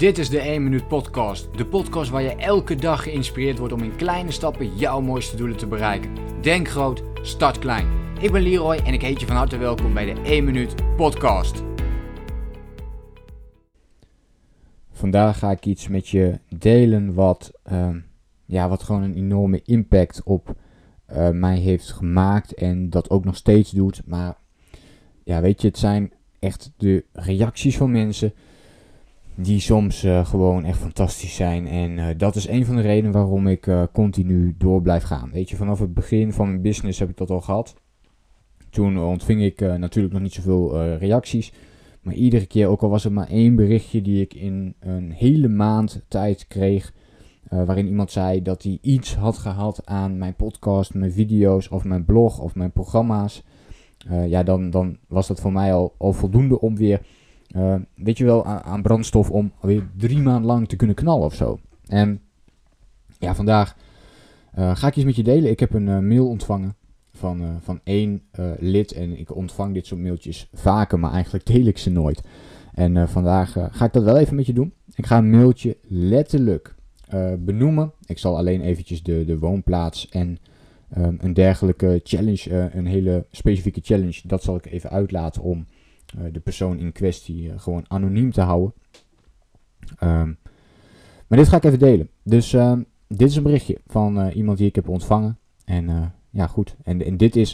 Dit is de 1 Minuut Podcast. De podcast waar je elke dag geïnspireerd wordt om in kleine stappen jouw mooiste doelen te bereiken. Denk groot, start klein. Ik ben Leroy en ik heet je van harte welkom bij de 1 Minuut Podcast. Vandaag ga ik iets met je delen wat gewoon een enorme impact op mij heeft gemaakt en dat ook nog steeds doet. Maar ja, weet je, het zijn echt de reacties van mensen die soms gewoon echt fantastisch zijn. En dat is een van de redenen waarom ik continu door blijf gaan. Weet je, vanaf het begin van mijn business heb ik dat al gehad. Toen ontving ik natuurlijk nog niet zoveel reacties. Maar iedere keer, ook al was het maar 1 berichtje die ik in een hele maand tijd kreeg. Waarin iemand zei dat hij iets had gehad aan mijn podcast, mijn video's of mijn blog of mijn programma's. Dan was dat voor mij al voldoende om weer, weet je wel, aan brandstof om weer 3 maanden lang te kunnen knallen of zo. En ja, vandaag ga ik iets met je delen. Ik heb een mail ontvangen van 1 lid en ik ontvang dit soort mailtjes vaker, maar eigenlijk deel ik ze nooit. En vandaag ga ik dat wel even met je doen. Ik ga een mailtje letterlijk benoemen. Ik zal alleen eventjes de woonplaats en een dergelijke challenge, een hele specifieke challenge, dat zal ik even uitlaten om de persoon in kwestie gewoon anoniem te houden. Maar dit ga ik even delen. Dus dit is een berichtje van iemand die ik heb ontvangen. En ja, goed. En dit is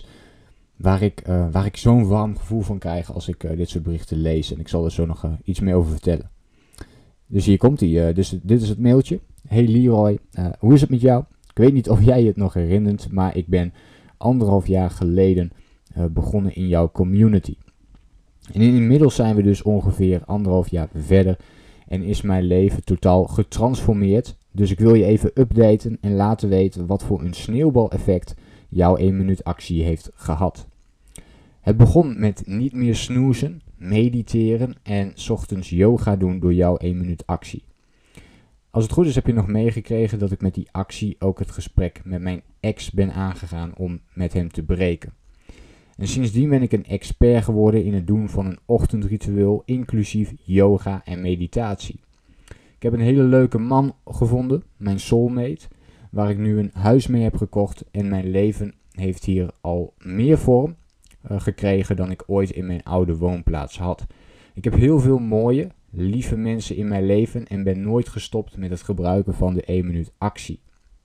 waar ik zo'n warm gevoel van krijg als ik dit soort berichten lees. En ik zal er zo nog iets meer over vertellen. Dus hier komt hij. Dus dit is het mailtje. Hey Leroy, hoe is het met jou? Ik weet niet of jij het nog herinnert, maar ik ben 1,5 jaar geleden begonnen in jouw community. En inmiddels zijn we dus ongeveer 1,5 jaar verder en is mijn leven totaal getransformeerd. Dus ik wil je even updaten en laten weten wat voor een sneeuwbaleffect jouw 1 minuut actie heeft gehad. Het begon met niet meer snoezen, mediteren en 's ochtends yoga doen door jouw 1 minuut actie. Als het goed is heb je nog meegekregen dat ik met die actie ook het gesprek met mijn ex ben aangegaan om met hem te breken. En sindsdien ben ik een expert geworden in het doen van een ochtendritueel, inclusief yoga en meditatie. Ik heb een hele leuke man gevonden, mijn soulmate, waar ik nu een huis mee heb gekocht en mijn leven heeft hier al meer vorm gekregen dan ik ooit in mijn oude woonplaats had. Ik heb heel veel mooie, lieve mensen in mijn leven en ben nooit gestopt met het gebruiken van de 1 minuut actie.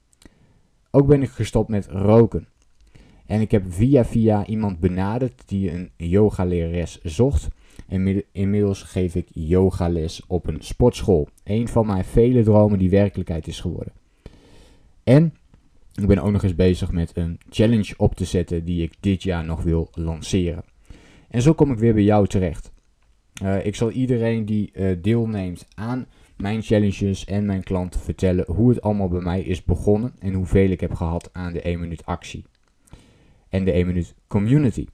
Ook ben ik gestopt met roken. En ik heb via iemand benaderd die een yogalerares zocht. En inmiddels geef ik yogales op een sportschool. Een van mijn vele dromen die werkelijkheid is geworden. En ik ben ook nog eens bezig met een challenge op te zetten die ik dit jaar nog wil lanceren. En zo kom ik weer bij jou terecht. Ik zal iedereen die deelneemt aan mijn challenges en mijn klanten vertellen hoe het allemaal bij mij is begonnen en hoeveel ik heb gehad aan de 1 minuut actie. En de 1 minuut community.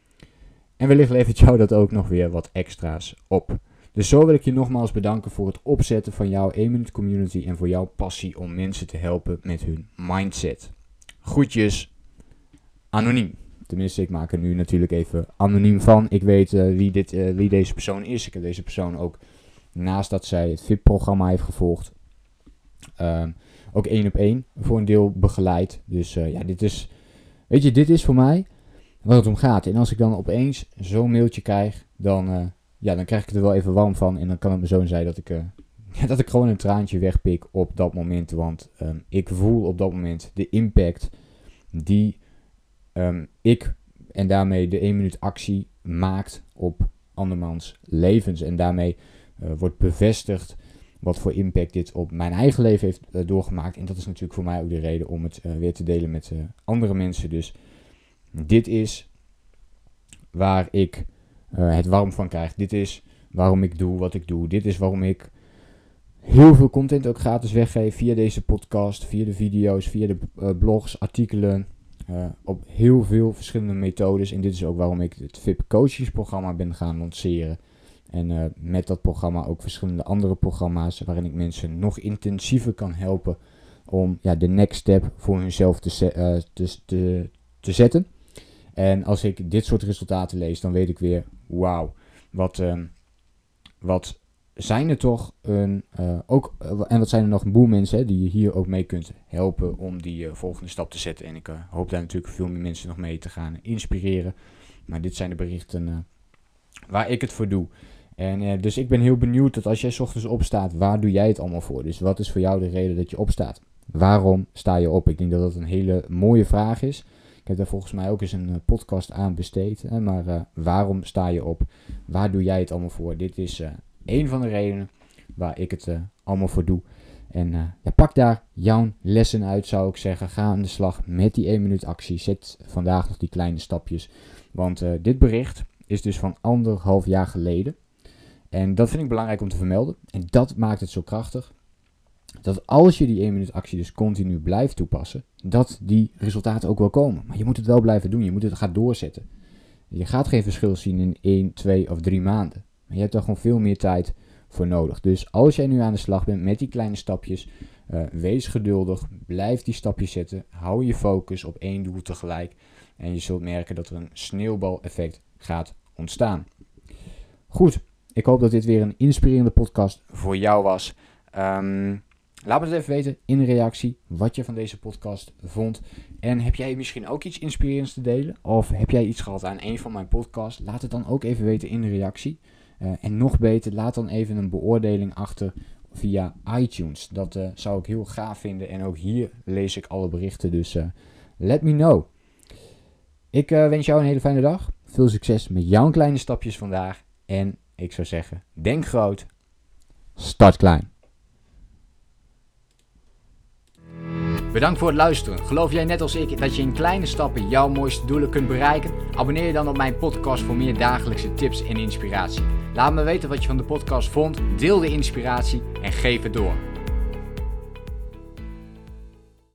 En wellicht levert jou dat ook nog weer wat extra's op. Dus zo wil ik je nogmaals bedanken voor het opzetten van jouw 1 minuut community en voor jouw passie om mensen te helpen met hun mindset. Groetjes, anoniem. Tenminste, ik maak er nu natuurlijk even anoniem van. Ik weet wie deze persoon is. Ik heb deze persoon ook, naast dat zij het VIP-programma heeft gevolgd, ook 1-op-1 voor een deel begeleid. Dus dit is voor mij waar het om gaat. En als ik dan opeens zo'n mailtje krijg, dan krijg ik er wel even warm van. En dan kan het me zo zijn dat ik gewoon een traantje wegpik op dat moment. Want ik voel op dat moment de impact die ik en daarmee de 1 minuut actie maakt op andermans levens. En daarmee wordt bevestigd wat voor impact dit op mijn eigen leven heeft doorgemaakt. En dat is natuurlijk voor mij ook de reden om het weer te delen met andere mensen. Dus dit is waar ik het warm van krijg. Dit is waarom ik doe wat ik doe. Dit is waarom ik heel veel content ook gratis weggeef via deze podcast, via de video's, via de blogs, artikelen. Op heel veel verschillende methodes. En dit is ook waarom ik het VIP coachingsprogramma ben gaan lanceren. En met dat programma ook verschillende andere programma's waarin ik mensen nog intensiever kan helpen om de next step voor hunzelf te zetten. En als ik dit soort resultaten lees, dan weet ik weer, wauw, wat zijn er toch en wat zijn er nog een boel mensen die je hier ook mee kunt helpen om die volgende stap te zetten. En ik hoop daar natuurlijk veel meer mensen nog mee te gaan inspireren. Maar dit zijn de berichten waar ik het voor doe. En dus ik ben heel benieuwd dat als jij 's ochtends opstaat, waar doe jij het allemaal voor? Dus wat is voor jou de reden dat je opstaat? Waarom sta je op? Ik denk dat dat een hele mooie vraag is. Ik heb daar volgens mij ook eens een podcast aan besteed. Hè? Maar waarom sta je op? Waar doe jij het allemaal voor? Dit is één van de redenen waar ik het allemaal voor doe. En pak daar jouw lessen uit, zou ik zeggen. Ga aan de slag met die 1 minuut actie. Zet vandaag nog die kleine stapjes. Want dit bericht is dus van 1,5 jaar geleden. En dat vind ik belangrijk om te vermelden. En dat maakt het zo krachtig. Dat als je die 1 minuut actie dus continu blijft toepassen, dat die resultaten ook wel komen. Maar je moet het wel blijven doen. Je moet het gaan doorzetten. Je gaat geen verschil zien in 1, 2 of 3 maanden. Maar je hebt er gewoon veel meer tijd voor nodig. Dus als jij nu aan de slag bent met die kleine stapjes, wees geduldig. Blijf die stapjes zetten. Hou je focus op 1 doel tegelijk. En je zult merken dat er een sneeuwbaleffect gaat ontstaan. Goed, ik hoop dat dit weer een inspirerende podcast voor jou was. Laat me het even weten in een reactie wat je van deze podcast vond. En heb jij misschien ook iets inspirerends te delen? Of heb jij iets gehad aan een van mijn podcasts? Laat het dan ook even weten in de reactie. En nog beter, laat dan even een beoordeling achter via iTunes. Dat zou ik heel gaaf vinden. En ook hier lees ik alle berichten. Dus let me know. Ik wens jou een hele fijne dag. Veel succes met jouw kleine stapjes vandaag. En ik zou zeggen, denk groot, start klein. Bedankt voor het luisteren. Geloof jij net als ik dat je in kleine stappen jouw mooiste doelen kunt bereiken? Abonneer je dan op mijn podcast voor meer dagelijkse tips en inspiratie. Laat me weten wat je van de podcast vond, deel de inspiratie en geef het door.